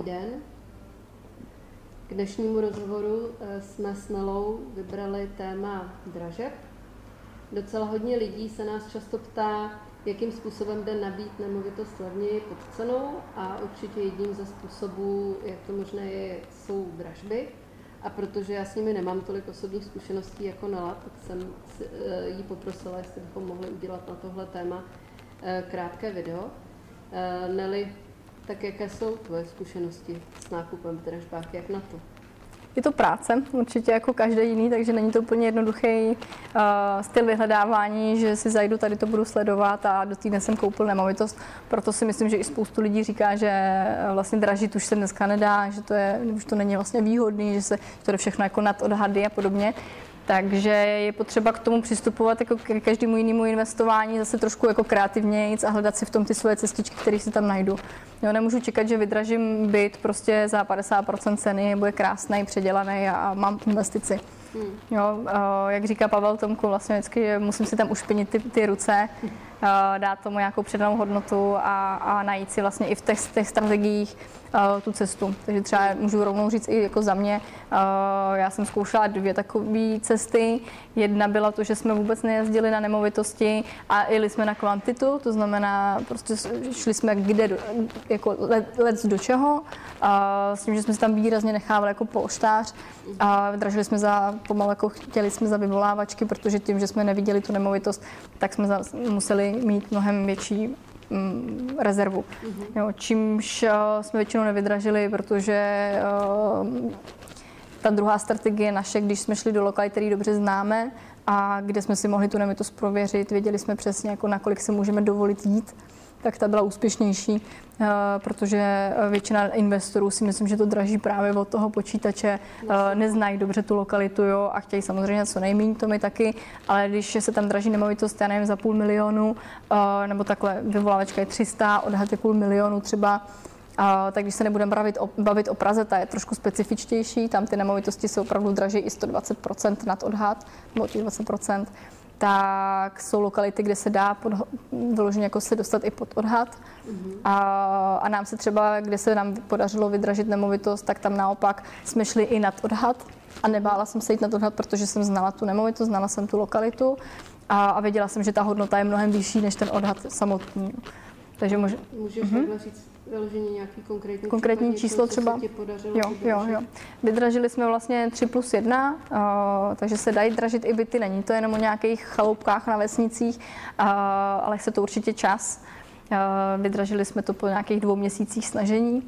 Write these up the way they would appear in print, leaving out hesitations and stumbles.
den. K dnešnímu rozhovoru jsme s Nelou vybrali téma dražeb. Docela hodně lidí se nás často ptá, jakým způsobem jde nabít nemovitost levněji pod cenou, a určitě jedním ze způsobů, jak to možné je, jsou dražby. A protože já s nimi nemám tolik osobních zkušeností jako Nela, tak jsem jí poprosila, jestli bychom mohli udělat na tohle téma krátké video. Neli, tak jaké jsou tvoje zkušenosti s nákupem v dražbách, jak na to? Je to práce, určitě jako každý jiný, takže není to úplně jednoduchý styl vyhledávání, že si zajdu, tady to budu sledovat a do týdne jsem koupil nemovitost. Proto si myslím, že i spoustu lidí říká, že vlastně dražit už se dneska nedá, že už to není vlastně výhodný, že to jde všechno jako nad odhady a podobně. Takže je potřeba k tomu přistupovat jako k každému jinému investování zase trošku jako kreativnějc a hledat si v tom ty svoje cestičky, které si tam najdu. Jo, nemůžu čekat, že vydražím byt prostě za 50% ceny, bude krásný, předělaný a mám investici. Jo, jak říká Pavel Tomku, vlastně vždycky, že musím si tam ušpinit ty ruce, dát tomu nějakou přidanou hodnotu a najít si vlastně i v těch strategiích tu cestu. Takže třeba můžu rovnou říct i jako za mě, já jsem zkoušela 2 takové cesty. Jedna byla to, že jsme vůbec nejezdili na nemovitosti a jeli jsme na kvantitu, to znamená, prostě šli jsme jako let do čeho, s tím, že jsme si tam výrazně nechávali jako polštář a dražili jsme pomalu jako chtěli jsme za vyvolávačky, protože tím, že jsme neviděli tu nemovitost, tak jsme museli mít mnohem větší rezervu. Jo, čímž jsme většinou nevydražili, protože ta druhá strategie naše, když jsme šli do lokalit, který dobře známe a kde jsme si mohli tu nemovitost prověřit, věděli jsme přesně, jako nakolik si můžeme dovolit jít, tak ta byla úspěšnější, protože většina investorů si myslím, že to draží právě od toho počítače, neznají dobře tu lokalitu, jo, a chtějí samozřejmě co nejméně, to my taky, ale když se tam draží nemovitost, já nevím, za 500 000, nebo takhle vyvolávačka je 300, odhad je 500 000 třeba, tak když se nebudeme bavit o Praze, ta je trošku specifičtější, tam ty nemovitosti se opravdu draží i 120% nad odhad, nebo 20%. Tak jsou lokality, kde se dá vyloženě jako se dostat i pod odhad. A nám se třeba, kde se nám podařilo vydražit nemovitost, tak tam naopak jsme šli i nad odhad a nebála jsem se jít nad odhad, protože jsem znala tu nemovitost, znala jsem tu lokalitu a věděla jsem, že ta hodnota je mnohem vyšší než ten odhad samotný. Takže můžeš takhle říct vyloženě nějaký konkrétní číslo třeba? Jo. Vydražili jsme vlastně 3+1, takže se dají dražit i byty, není to jenom o nějakých chaloupkách na vesnicích, ale chce to určitě čas. Vydražili jsme to po nějakých 2 měsících snažení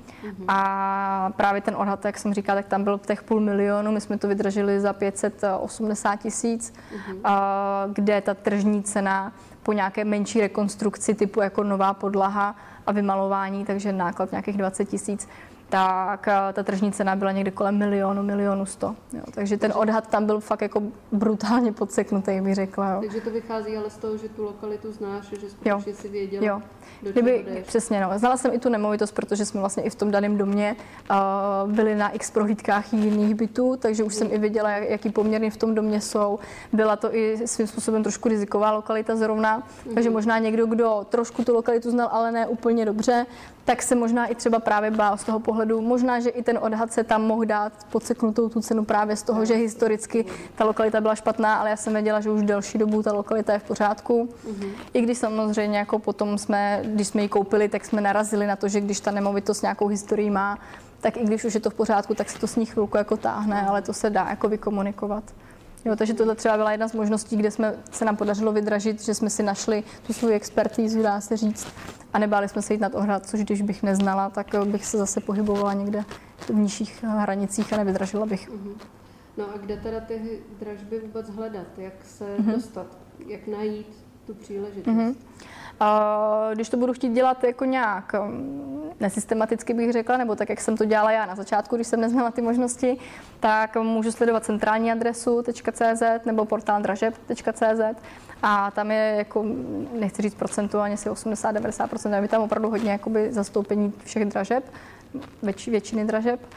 a právě ten odhad, jak jsem říkala, tak tam byl těch 500 000, my jsme to vydražili za 580 000, kde ta tržní cena po nějaké menší rekonstrukci typu jako nová podlaha a vymalování, takže náklad nějakých 20 000, tak ta tržní cena byla někde kolem 1 100 000. Jo, takže ten odhad tam byl fakt jako brutálně podseknutý, bych řekla. Jo. Takže to vychází ale z toho, že tu lokalitu znáš, že skutečně si věděla, do čeho jdeš. Přesně, no. Znala jsem i tu nemovitost, protože jsme vlastně i v tom daném domě byli na x prohlídkách jiných bytů, takže už jsem i věděla, jaký poměry v tom domě jsou. Byla to i svým způsobem trošku riziková lokalita zrovna, takže možná někdo, kdo trošku tu lokalitu znal, ale ne úplně dobře, tak se možná i třeba právě bál z toho pohledu. Možná, že i ten odhad se tam mohl dát podseknutou tu cenu právě z toho, že historicky ta lokalita byla špatná, ale já jsem věděla, že už delší dobu ta lokalita je v pořádku. I když samozřejmě jako potom když jsme ji koupili, tak jsme narazili na to, že když ta nemovitost nějakou historii má, tak i když už je to v pořádku, tak se to s ní chvilku jako táhne, ale to se dá jako vykomunikovat. Jo, takže tohle třeba byla jedna z možností, kde se nám podařilo vydražit, že jsme si našli tu svou expertízu, dá se říct, a nebáli jsme se jít nad odhad, což když bych neznala, tak bych se zase pohybovala někde v nižších hranicích a nevydražila bych. No a kde teda ty dražby vůbec hledat? Jak se dostat? Jak najít tu příležitost? Když to budu chtít dělat jako nějak nesystematicky, bych řekla, nebo tak, jak jsem to dělala já na začátku, když jsem neznala ty možnosti, tak můžu sledovat centrální adresu .cz nebo portál dražeb.cz a tam je, jako, nechci říct procentuálně, asi 80-90%, je tam opravdu hodně jakoby zastoupení všech dražeb, většiny dražeb.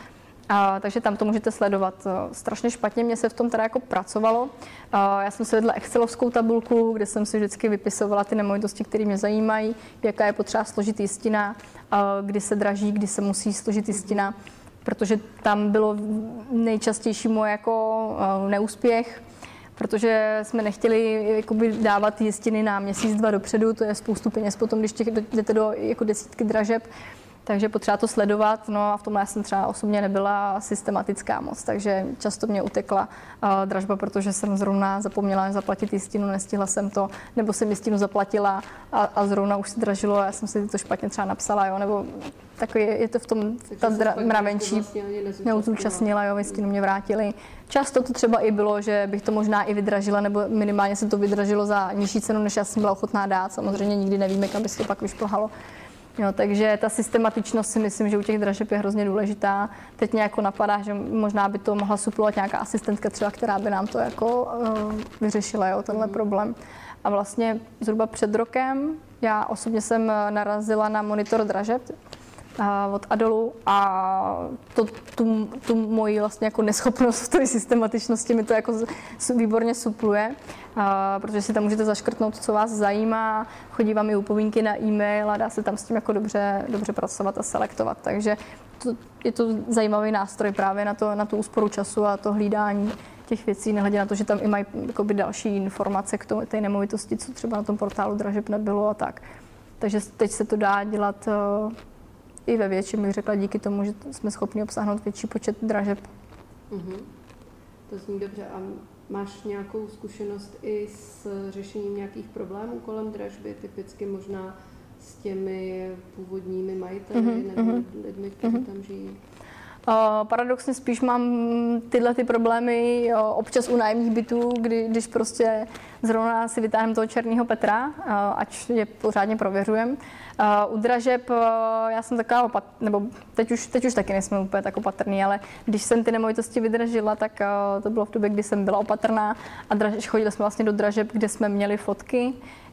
Takže tam to můžete sledovat. Strašně špatně mě se v tom teda jako pracovalo. Já jsem si vedla excelovskou tabulku, kde jsem si vždycky vypisovala ty nemovitosti, které mě zajímají, jaká je potřeba složit jistina, kdy se draží, kdy se musí složit jistina, protože tam bylo nejčastější můj jako neúspěch, protože jsme nechtěli jakoby dávat jistiny na měsíc, 2 dopředu, to je spoustu peněz potom, když jdete do jako desítky dražeb, takže potřeba to sledovat, no a v tomhle já jsem třeba osobně nebyla systematická moc, takže často mě utekla dražba, protože jsem zrovna zapomněla zaplatit jistinu, nestihla jsem to, nebo jsem jistinu zaplatila a zrovna už se dražilo a já jsem si to špatně třeba napsala, jo, nebo takový je to v tom, ta mravenčí vlastně neuzúčastnila, jo, jistinu mě vrátili. Často to třeba i bylo, že bych to možná i vydražila, nebo minimálně se to vydražilo za nižší cenu, než já jsem byla ochotná dát, samozřejmě nikdy nevíme, kam by se to pak vyšplhalo. Jo, takže ta systematičnost si myslím, že u těch dražeb je hrozně důležitá. Teď mě jako napadá, že možná by to mohla suplovat nějaká asistentka třeba, která by nám to jako vyřešila, jo, tenhle problém. A vlastně zhruba před rokem já osobně jsem narazila na monitor dražeb od Adolu a tu moji vlastně jako neschopnost v té systematičnosti mi to jako výborně supluje, protože si tam můžete zaškrtnout, co vás zajímá, chodí vám i upomínky na e-mail a dá se tam s tím jako dobře pracovat a selektovat, takže je to zajímavý nástroj právě na tu úsporu času a to hlídání těch věcí, nehledě na to, že tam i mají jakoby další informace k té nemovitosti, co třeba na tom portálu dražeb nebylo a tak. Takže teď se to dá dělat i ve větším, bych řekla, díky tomu, že jsme schopni obsáhnout větší počet dražeb. To zní dobře. A máš nějakou zkušenost i s řešením nějakých problémů kolem dražby, typicky možná s těmi původními majiteli nebo lidmi, kteří tam žijí? Paradoxně spíš mám tyhle ty problémy občas u nájemních bytů, když prostě zrovna si vytáhneme toho černého Petra, ať je pořádně prověřujem. U dražeb já jsem taková nebo teď už taky nejsme úplně tak opatrný, ale když jsem ty nemovitosti vydražila, tak to bylo v době, kdy jsem byla opatrná a chodili jsme vlastně do dražeb, kde jsme měli fotky,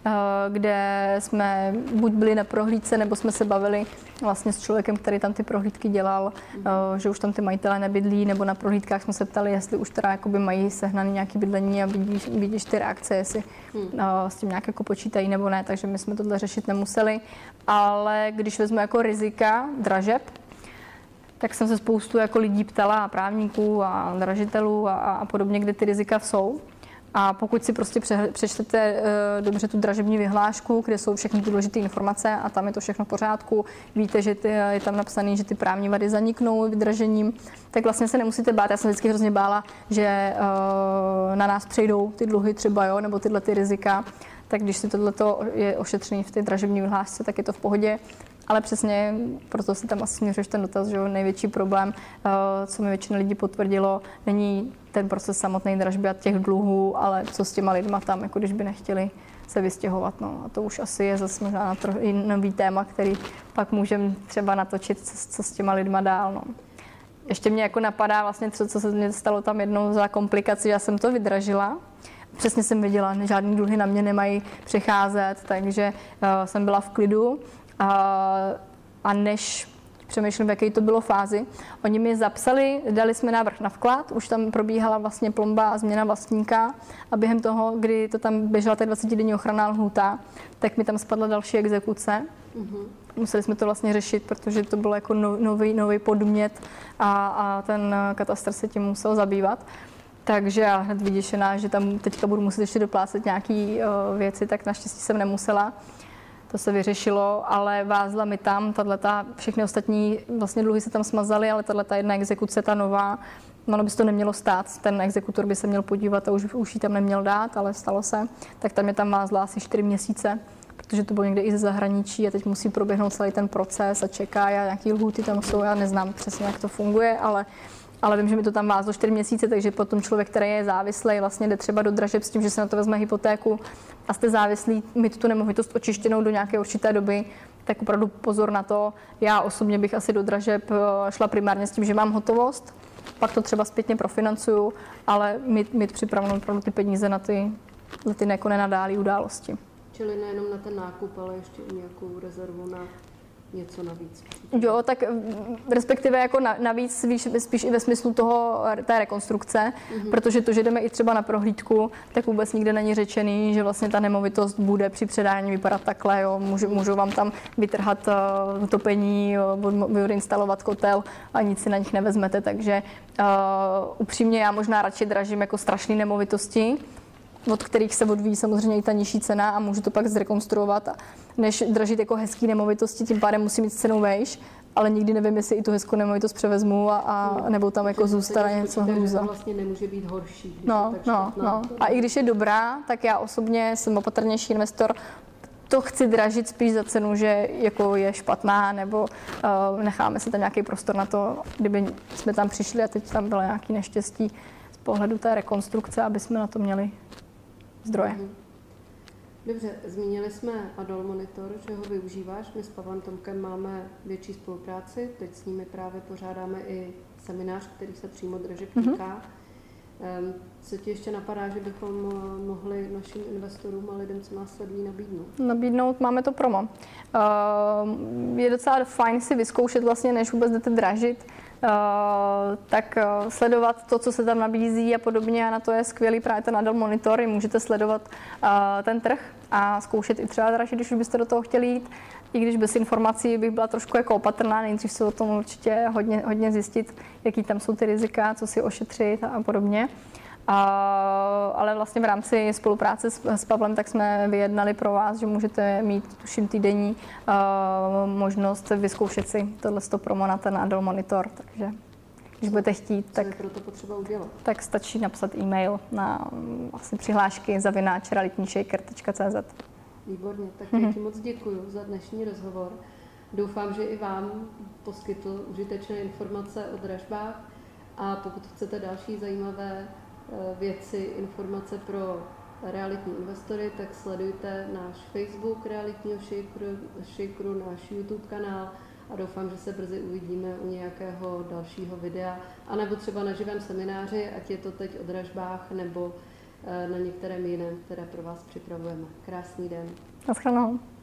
kde jsme buď byli na prohlídce, nebo jsme se bavili vlastně s člověkem, který tam ty prohlídky dělal, že už tam ty majitelé nebydlí, nebo na prohlídkách jsme se ptali, jestli už teda jakoby mají sehnané nějaké bydlení a vidíš ty reakce, jestli s tím nějak jako počítají nebo ne, takže my jsme tohle řešit nemuseli, ale když vezmu jako rizika dražeb, tak jsem se spoustu jako lidí ptala, právníků a dražitelů a podobně, kde ty rizika jsou. A pokud si prostě přečtete dobře tu dražební vyhlášku, kde jsou všechny důležité informace a tam je to všechno v pořádku, víte, že je tam napsané, že ty právní vady zaniknou vydražením, tak vlastně se nemusíte bát. Já jsem vždycky hrozně bála, že na nás přejdou ty dluhy třeba, jo, nebo tyhle ty rizika. Tak když si tohleto je ošetřený v té dražební vyhlášce, tak je to v pohodě. Ale přesně, proto si tam asi směřuješ ten dotaz, že největší problém, co mi většina lidí potvrdilo, není ten proces samotné dražby a těch dluhů, ale co s těma lidma tam, jako když by nechtěli se vystěhovat. No. A to už asi je zase možná na nový téma, který pak můžeme třeba natočit, co s těma lidma dál. No. Ještě mě jako napadá vlastně, co se mě stalo tam jednou za komplikaci, já jsem to vydražila. Přesně jsem viděla, že žádný dluhy na mě nemají přecházet, takže jsem byla v klidu. A než přemýšlím, v jaké to bylo fázi, oni mi zapsali, dali jsme návrh na vklad, už tam probíhala vlastně plomba a změna vlastníka a během toho, kdy to tam běžela ta 20denní ochranná lhůta, tak mi tam spadla další exekuce. Museli jsme to vlastně řešit, protože to bylo jako nový podmět a ten katastr se tím musel zabývat. Takže já hned vyděšená, že tam teďka budu muset ještě doplácet nějaké věci, tak naštěstí jsem nemusela. To se vyřešilo, ale vázla mi tam, všechny ostatní vlastně dluhy se tam smazaly, ale tato jedna exekuce, ta nová, ono by se to nemělo stát, ten exekutor by se měl podívat a už ji tam neměl dát, ale stalo se, tak tam je tam vázla asi 4 měsíce, protože to bylo někde i ze zahraničí a teď musí proběhnout celý ten proces a čeká, a nějaký lhůty tam jsou, já neznám přesně, jak to funguje, ale vím, že mi to tam vázlo 4 měsíce, takže potom člověk, který je závislý, vlastně jde třeba do dražeb s tím, že se na to vezme hypotéku a jste závislí mít tu nemovitost očištěnou do nějaké určité doby, tak opravdu pozor na to. Já osobně bych asi do dražeb šla primárně s tím, že mám hotovost, pak to třeba zpětně profinancuju, ale mít připravenou opravdu ty peníze na ty nenadálé události. Čili nejenom na ten nákup, ale ještě i nějakou rezervu na něco navíc? Jo, tak respektive jako navíc spíš i ve smyslu té rekonstrukce, protože to, že jdeme i třeba na prohlídku, tak vůbec nikde není řečený, že vlastně ta nemovitost bude při předání vypadat takhle, jo. Můžou vám tam vytrhat topení, vyinstalovat kotel a nic si na nich nevezmete, takže upřímně já možná radši dražím jako strašné nemovitosti, od kterých se odvíjí samozřejmě i ta nižší cena a můžu to pak zrekonstruovat, než dražit jako hezký nemovitosti, tím pádem musím mít cenou vejš, ale nikdy nevím, jestli i tu hezkou nemovitost převezmu nebo tam jako zůstane něco hrůza. To vlastně nemůže být horší. No. A i když je dobrá, tak já osobně jsem opatrnější investor, to chci dražit spíš za cenu, že jako je špatná, nebo necháme si tam nějaký prostor na to, kdyby jsme tam přišli a teď tam bylo nějaké neštěstí z pohledu té rekonstrukce, aby jsme na to měli zdroje. Dobře, zmínili jsme Adol Monitor, že ho využíváš. My s Pavlem Tomkem máme větší spolupráci. Teď s nimi právě pořádáme i seminář, který se přímo dražeb týká. Co ti ještě napadá, že bychom mohli našim investorům a lidem, co nás sledují, nabídnout? Máme to promo. Je docela fajn si vyzkoušet vlastně, než vůbec jdete dražit, tak sledovat to, co se tam nabízí a podobně, a na to je skvělý právě ten Adol Monitor, můžete sledovat ten trh a zkoušet i třeba dražit, když už byste do toho chtěli jít. I když bez informací bych byla trošku jako opatrná, nejdřív si o tom určitě hodně zjistit, jaký tam jsou ty rizika, co si ošetřit a podobně. Ale vlastně v rámci spolupráce s Pavlem tak jsme vyjednali pro vás, že můžete mít tuším týdenní možnost vyzkoušet si tohleto promo na ten Adol Monitor, takže když budete chtít, tak pro to potřeba udělat? Tak stačí napsat e-mail na vlastně přihlášky@realityshaker.cz. Výborně, tak já ti moc děkuji za dnešní rozhovor. Doufám, že i vám poskytl užitečné informace o dražbách, a pokud chcete další zajímavé věci, informace pro realitní investory, tak sledujte náš Facebook Realitního Shakeru, náš YouTube kanál, a doufám, že se brzy uvidíme u nějakého dalšího videa, anebo třeba na živém semináři, ať je to teď o dražbách, nebo na některém jiném, které pro vás připravujeme. Krásný den. Naschledanou.